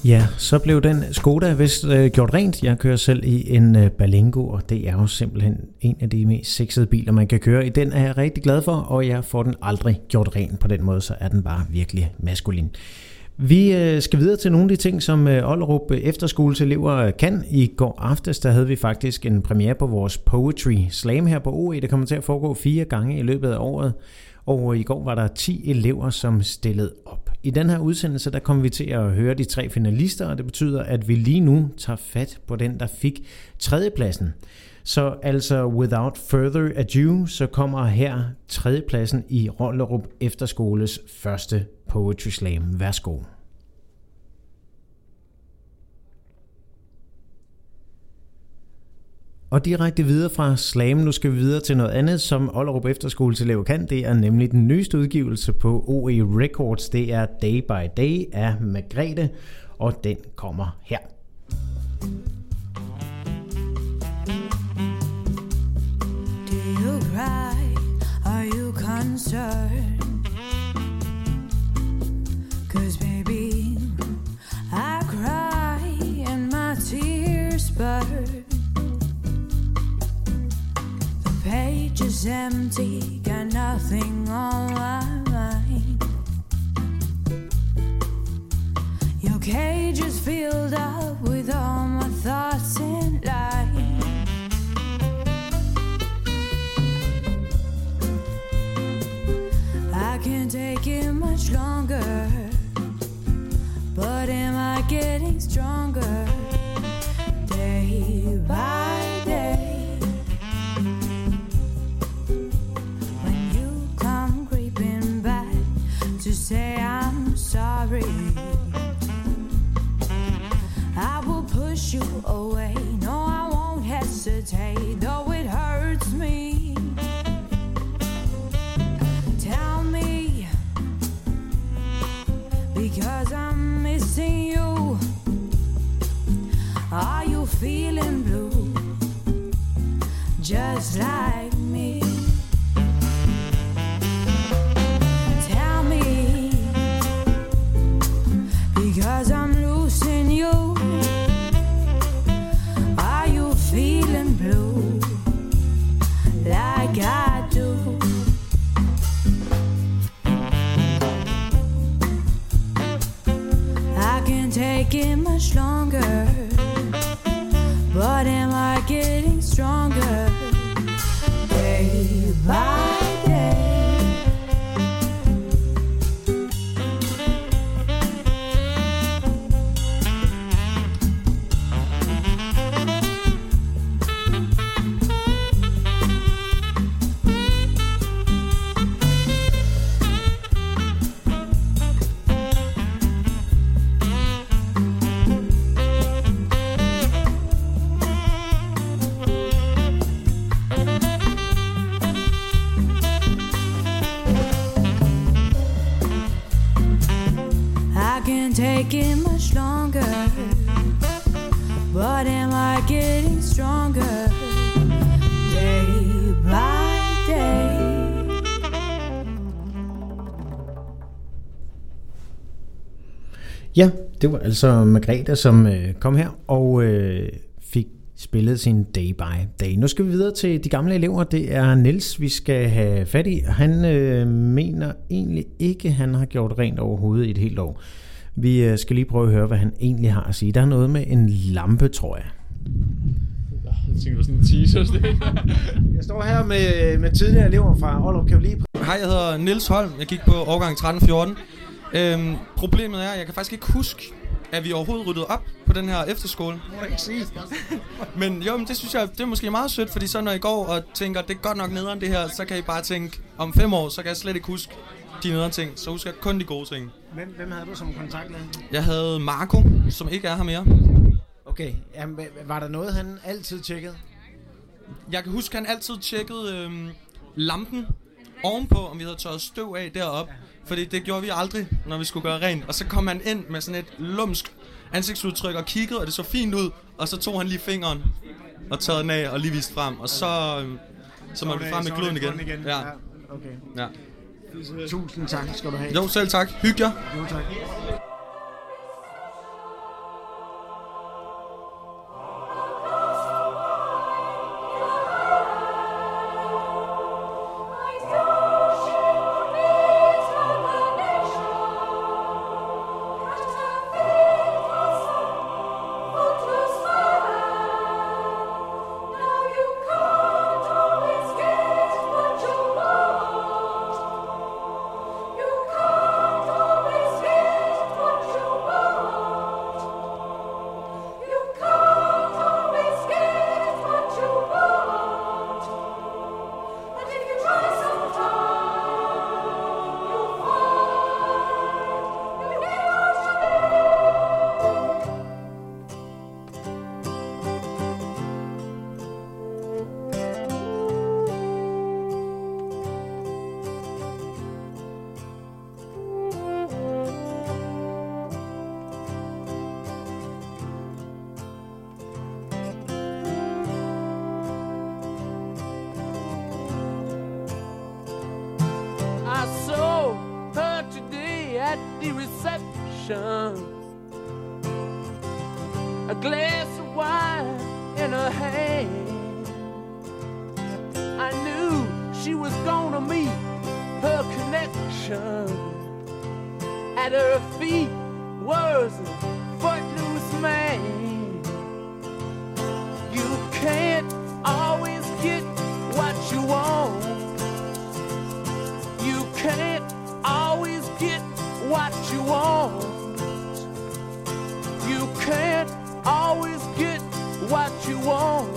Ja, så blev den Skoda vist gjort rent. Jeg kører selv i en Berlingo, og det er jo simpelthen en af de mest sexede biler, man kan køre i. Den er jeg rigtig glad for, og jeg får den aldrig gjort rent på den måde, så er den bare virkelig maskulin. Vi skal videre til nogle af de ting, som Ollerup Efterskoles elever kan. I går aftes, der havde vi faktisk en premiere på vores Poetry Slam her på OE. Det kommer til at foregå 4 gange i løbet af året. Og i går var der 10 elever, som stillede op. I den her udsendelse, der kommer vi til at høre de 3 finalister, og det betyder, at vi lige nu tager fat på den, der fik 3. pladsen. Så altså, without further ado, så kommer her 3. pladsen i Ollerup Efterskoles første Poetry Slam. Værsgo. Og direkte videre fra Slam, nu skal vi videre til noget andet, som Ollerup Efterskoles elever kan. Det er nemlig den nyeste udgivelse på OE Records. Det er Day by Day af Margrethe, og den kommer her. Do you cry? Are you concerned? 'Cause baby, I cry and my tears burn. The page is empty, got nothing on my mind. Your cage is filled up with all my thoughts in line. I can't take it much longer, but am I getting stronger day by day? When you come creeping back to say I'm sorry, I will push you away. No, I won't hesitate, though it hurts me. Tell me, because I'm missing you. Are you feeling blue, just like me? Tell me, because I'm losing you. Are you feeling blue, like I do? I can't take it much longer, but am I getting stronger day by day? Take it much longer, but am I getting stronger day by day? Ja, det var altså Margrethe, som kom her og fik spillet sin Day by Day. Nu skal vi videre til de gamle elever. Det er Niels, vi skal have fat i. Han mener egentlig ikke, han har gjort rent overhovedet i et helt år. Vi skal lige prøve at høre, hvad han egentlig har at sige. Der er noget med en lampe, tror jeg. Jeg tænker, det var sådan en teaser. Jeg står her med tidligere elever fra Ollerup. Kan vi lige... Hej, jeg hedder Niels Holm. Jeg gik på årgang 13-14. Problemet er, at jeg kan faktisk ikke huske, at vi overhovedet ryddede op på den her efterskole. Må jeg ikke sige. Men jo, men det synes jeg, det er måske meget sødt, fordi så når I går og tænker, det er godt nok nederen det her, så kan I bare tænke, om 5 år, så kan jeg slet ikke huske de nederen ting. Så husker jeg kun de gode ting. Hvem havde du som kontaktlærer? Jeg havde Marco, som ikke er her mere. Okay, jamen, var der noget, han altid tjekkede? Jeg kan huske, han altid tjekkede lampen ovenpå, om vi havde tørret støv af deroppe. Fordi det gjorde vi aldrig, når vi skulle gøre rent. Og så kom han ind med sådan et lumsk ansigtsudtryk og kiggede, og det så fint ud. Og så tog han lige fingeren og tørrede den af og lige viste frem. Og så måtte vi frem med gløden igen. Ja. Okay. Ja. Tusind tak skal du have. Jo, selv tak. Hyg jer. Jo, tak. at the reception, a glass of wine in her hand. I knew she was gonna meet her connection. At her feet was a footloose man. You can't always get what you want. You can't always get what you want. You can't always get what you want.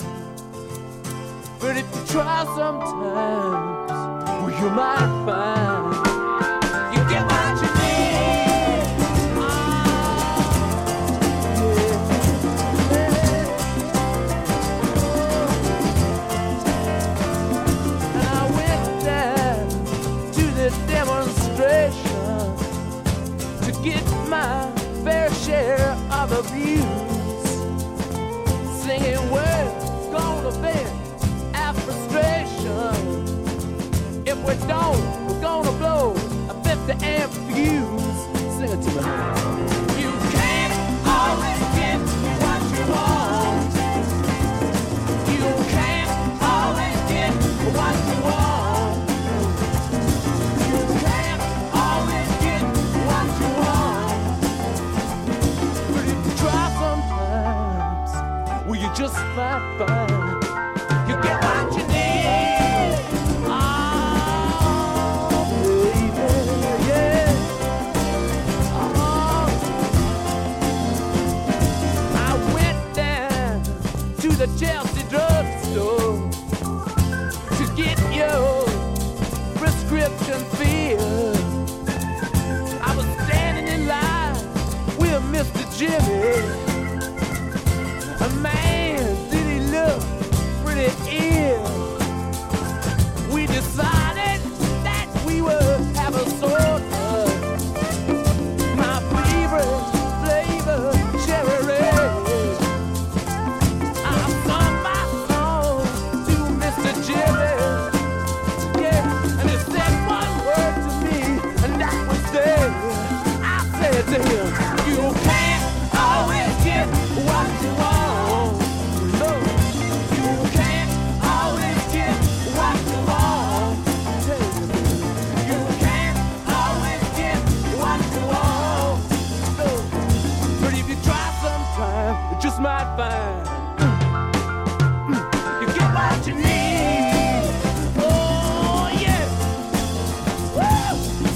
But if you try sometimes, well, you might find you get what you need. And I went down to the demonstration to get my fair share of abuse, singing words gonna vent our frustration. If we don't, we're gonna blow a 50 amp fuse. Sing it to me. You can't always get what you want. You can't always get what you want. You can't always get what you want. But if you try sometimes, well, you just might find you get what you need. The Chelsea drugstore to get your prescription filled. I was standing in line with Mr. Jimmy. A man, did he look pretty ill? We decided that we would have a soda. My favorite flavor, cherry red. To him, you can't always get what you want. No, you can't always get what you want. You can't always get what you want. No, but if you try sometime, you just might find you get what you need. Oh yeah. Woo!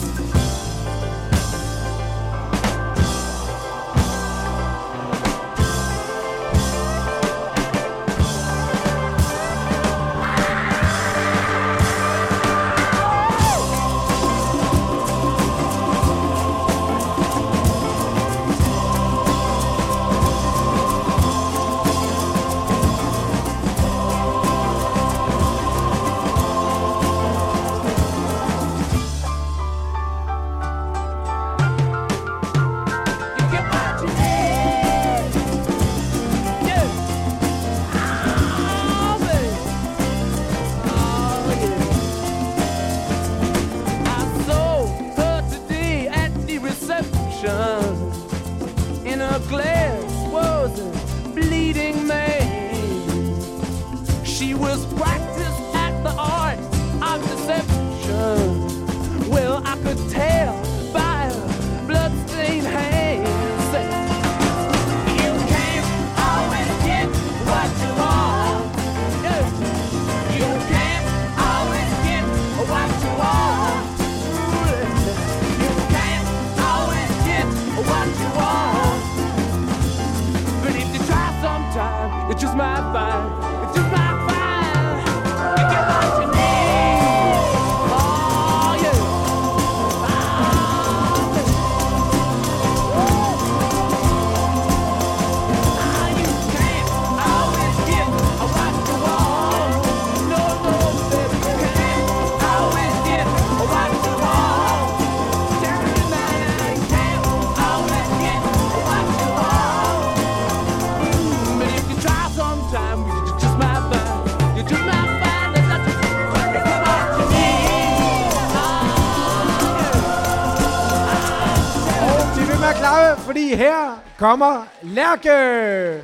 In her glass was a bleeding man. She was practiced at the art of deception. Well, I could tell by her bloodstained hands. You can't always get what you want. You can't always get what you want. You can't always get what you want. But if you try sometime, you just might find, you just might find, you get what you need. Oh yeah. Oh klappe, fordi her kommer Lærke.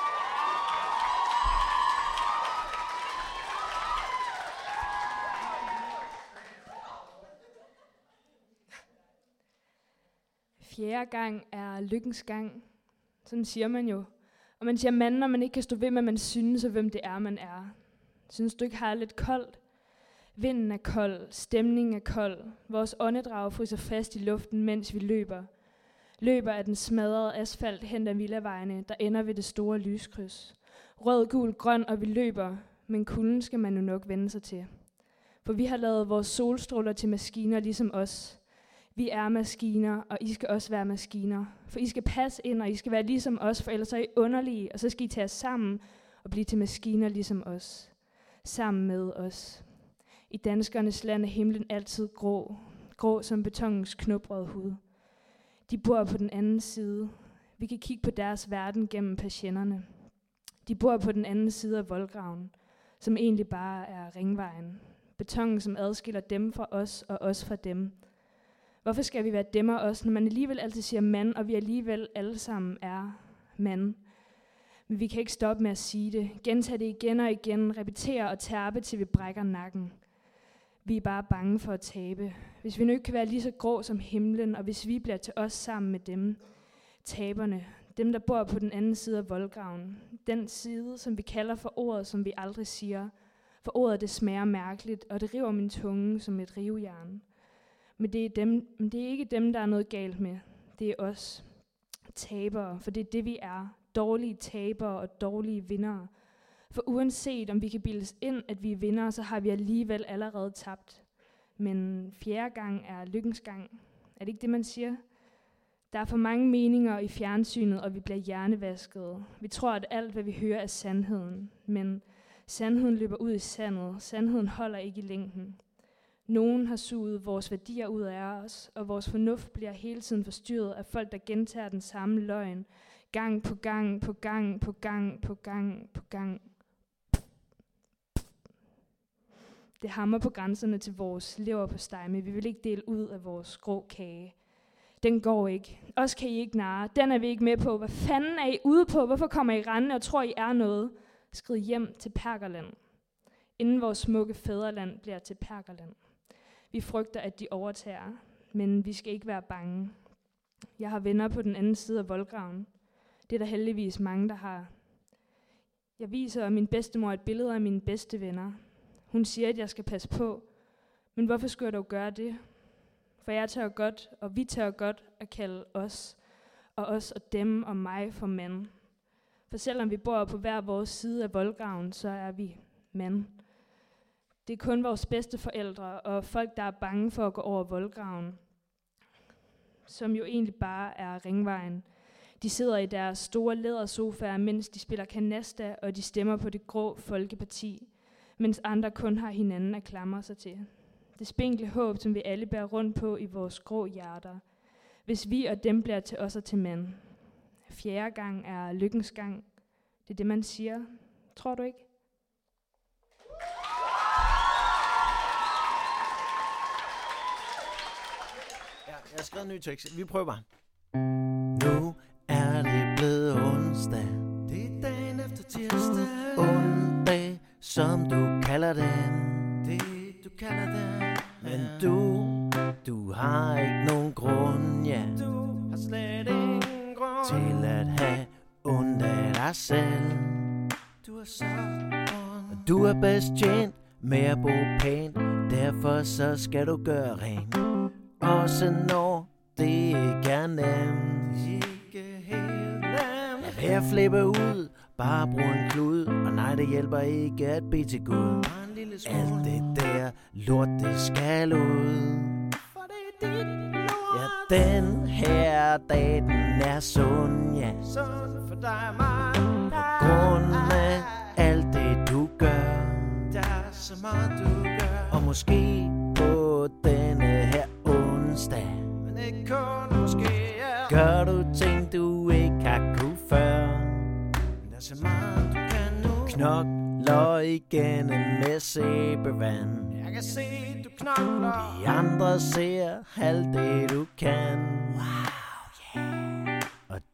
Fjerde gang er lykkens gang. Sådan siger man jo. Og man siger mand, når man ikke kan stå ved, hvad man synes, og hvem det er, man er. Synes du ikke har lidt koldt? Vinden er kold, stemningen er kold. Vores åndedrag fryser fast i luften, mens vi løber. Løber af den smadrede asfalt hen ad villavejene, der ender ved det store lyskryds. Rød, gul, grøn, og vi løber, men kulden skal man jo nok vende sig til. For vi har lavet vores solstråler til maskiner ligesom os. Vi er maskiner, og I skal også være maskiner. For I skal passe ind, og I skal være ligesom os, for ellers er I underlige, og så skal I tage os sammen og blive til maskiner ligesom os. Sammen med os. I danskernes land er himlen altid grå. Grå som betonens knobrede hud. De bor på den anden side. Vi kan kigge på deres verden gennem patienterne. De bor på den anden side af voldgraven, som egentlig bare er ringvejen. Betongen, som adskiller dem fra os og os fra dem. Hvorfor skal vi være dem og os, når man alligevel altid siger mand, og vi alligevel alle sammen er mand? Men vi kan ikke stoppe med at sige det. Gentage det igen og igen. Repetere og terpe, til vi brækker nakken. Vi er bare bange for at tabe. Hvis vi nu ikke kan være lige så grå som himlen, og hvis vi bliver til os sammen med dem, taberne, dem der bor på den anden side af voldgraven, den side, som vi kalder for ordet, som vi aldrig siger, for ordet det smager mærkeligt, og det river min tunge som et rivejern. Men det er ikke dem, der er noget galt med. Det er os, tabere, for det er det, vi er. Dårlige tabere og dårlige vindere. For uanset om vi kan bildes ind, at vi er vindere, så har vi alligevel allerede tabt. Men fjerde gang er lykkens gang. Er det ikke det, man siger? Der er for mange meninger i fjernsynet, og vi bliver hjernevasket. Vi tror, at alt, hvad vi hører, er sandheden. Men sandheden løber ud i sandet. Sandheden holder ikke i længden. Nogen har suget vores værdier ud af os, og vores fornuft bliver hele tiden forstyrret af folk, der gentager den samme løgn. Gang på gang, på gang, på gang, på gang, på gang. Det hammer på grænserne til vores leverpostej, men vi vil ikke dele ud af vores grå kage. Den går ikke. Os kan I ikke narre. Den er vi ikke med på. Hvad fanden er I ude på? Hvorfor kommer I rendende og tror, I er noget? Skrid hjem til Perkerland. Inden vores smukke fædreland bliver til Perkerland. Vi frygter, at de overtager, men vi skal ikke være bange. Jeg har venner på den anden side af voldgraven. Det er der heldigvis mange, der har. Jeg viser min bedstemor et billede af mine bedste venner. Hun siger, at jeg skal passe på. Men hvorfor skulle jeg dog gøre det? For jeg tør godt, og vi tør godt at kalde os og dem og mig for mand. For selvom vi bor på hver vores side af voldgraven, så er vi mand. Det er kun vores bedste forældre og folk, der er bange for at gå over voldgraven, som jo egentlig bare er ringvejen. De sidder i deres store lædersofaer, mens de spiller kanasta, og de stemmer på det grå folkeparti, mens andre kun har hinanden at klamre sig til. Det spinkle håb, som vi alle bærer rundt på i vores grå hjerter, hvis vi og dem bliver til os og til mand. Fjerde gang er lykkens gang. Det er det, man siger. Tror du ikke? Ja, jeg har skrevet en ny tekst. Vi prøver bare. Nu er det blevet onsdag. Det er dagen efter tirsdag. Onsdag, som du kalder den. Det du kalder den. Men du har ikke nogen grund, ja. Du har slet ingen grund til at have ondt af dig selv. Du er så ondt. Du er bedst tjent med at bo pænt. Derfor så skal du gøre rent. Også når det ikke er nemt. Ikke helt nemt. Lad være flippe ud. Bare brug en klud. Og nej, det hjælper ikke at bede til Gud. Alt det der lort, det skal ud. For det er dit lort. Ja, den her dag, den er sund, ja. Sund for dig og mig. På grund af alt det du gør. Der er så meget du gør. Og måske på denne her onsdag. Men ikke kun måske, ja. Gør du ting du ikke har kunne før. Der er så meget du kan nu. Knokler igennem med sæbevand. Jeg kan se du knokler. De andre ser alt det du kan. Wow, yeah.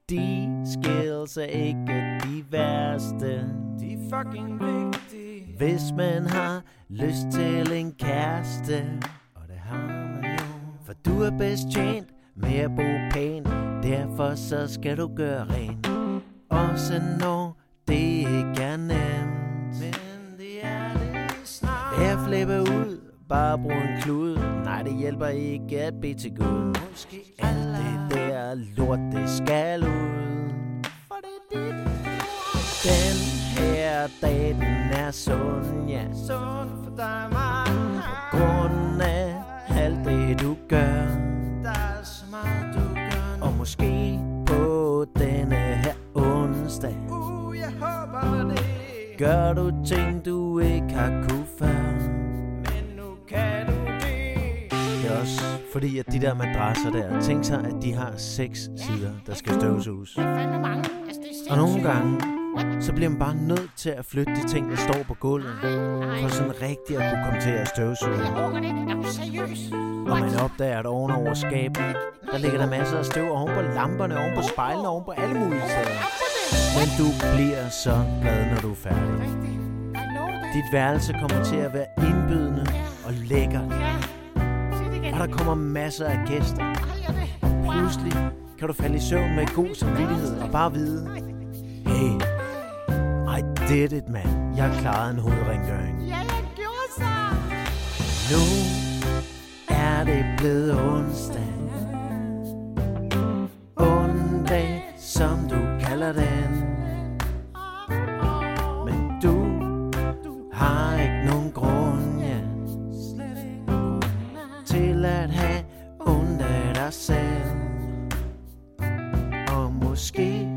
de skills er ikke de værste. De er fucking vigtige. Hvis man har lyst til en kæreste, og det har man jo. For du er bedst tjent med at bo pænt, derfor så skal du gøre rent. Også når det ikke er nemt. Men det er det snart. Lad flippe ud, bare brug en klud. Nej, det hjælper ikke at bede til Gud. Måske alt det der lort, det skal ud. For det er dit. Den her dag, den er sund, ja. Sund for dig, man. På grund af alt det, du gør. Der er så meget, du gør. Og måske på denne her onsdag. Jeg håber det. Gør du ting, du ikke har kunne før. Men nu kan du det. Det er også fordi, at de der madrasser der, tænk sig, at de har 6 sider, der skal støvsuges. Og nogle gange, så bliver man bare nødt til at flytte de ting, der står på gulvet. For sådan rigtigt at kunne komme til at støvsuge. Og man opdager, at ovenover skabet, der ligger der masser af støv oven på lamperne, oven på spejlene, oven på alle mulige steder. Men du bliver så glad, når du er færdig. Dit værelse kommer til at være indbydende og lækkert. Og der kommer masser af gæster. Pludselig kan du falde i søvn med god samvittighed og bare vide, hey, I did it, man. Jeg klarede en hovedrengøring. Ja, jeg gjorde så. Nu er det blevet onsdag. Onsdag, som du kalder den. Men du har ikke nogen grund, ja, til at have ondt af dig selv. Og måske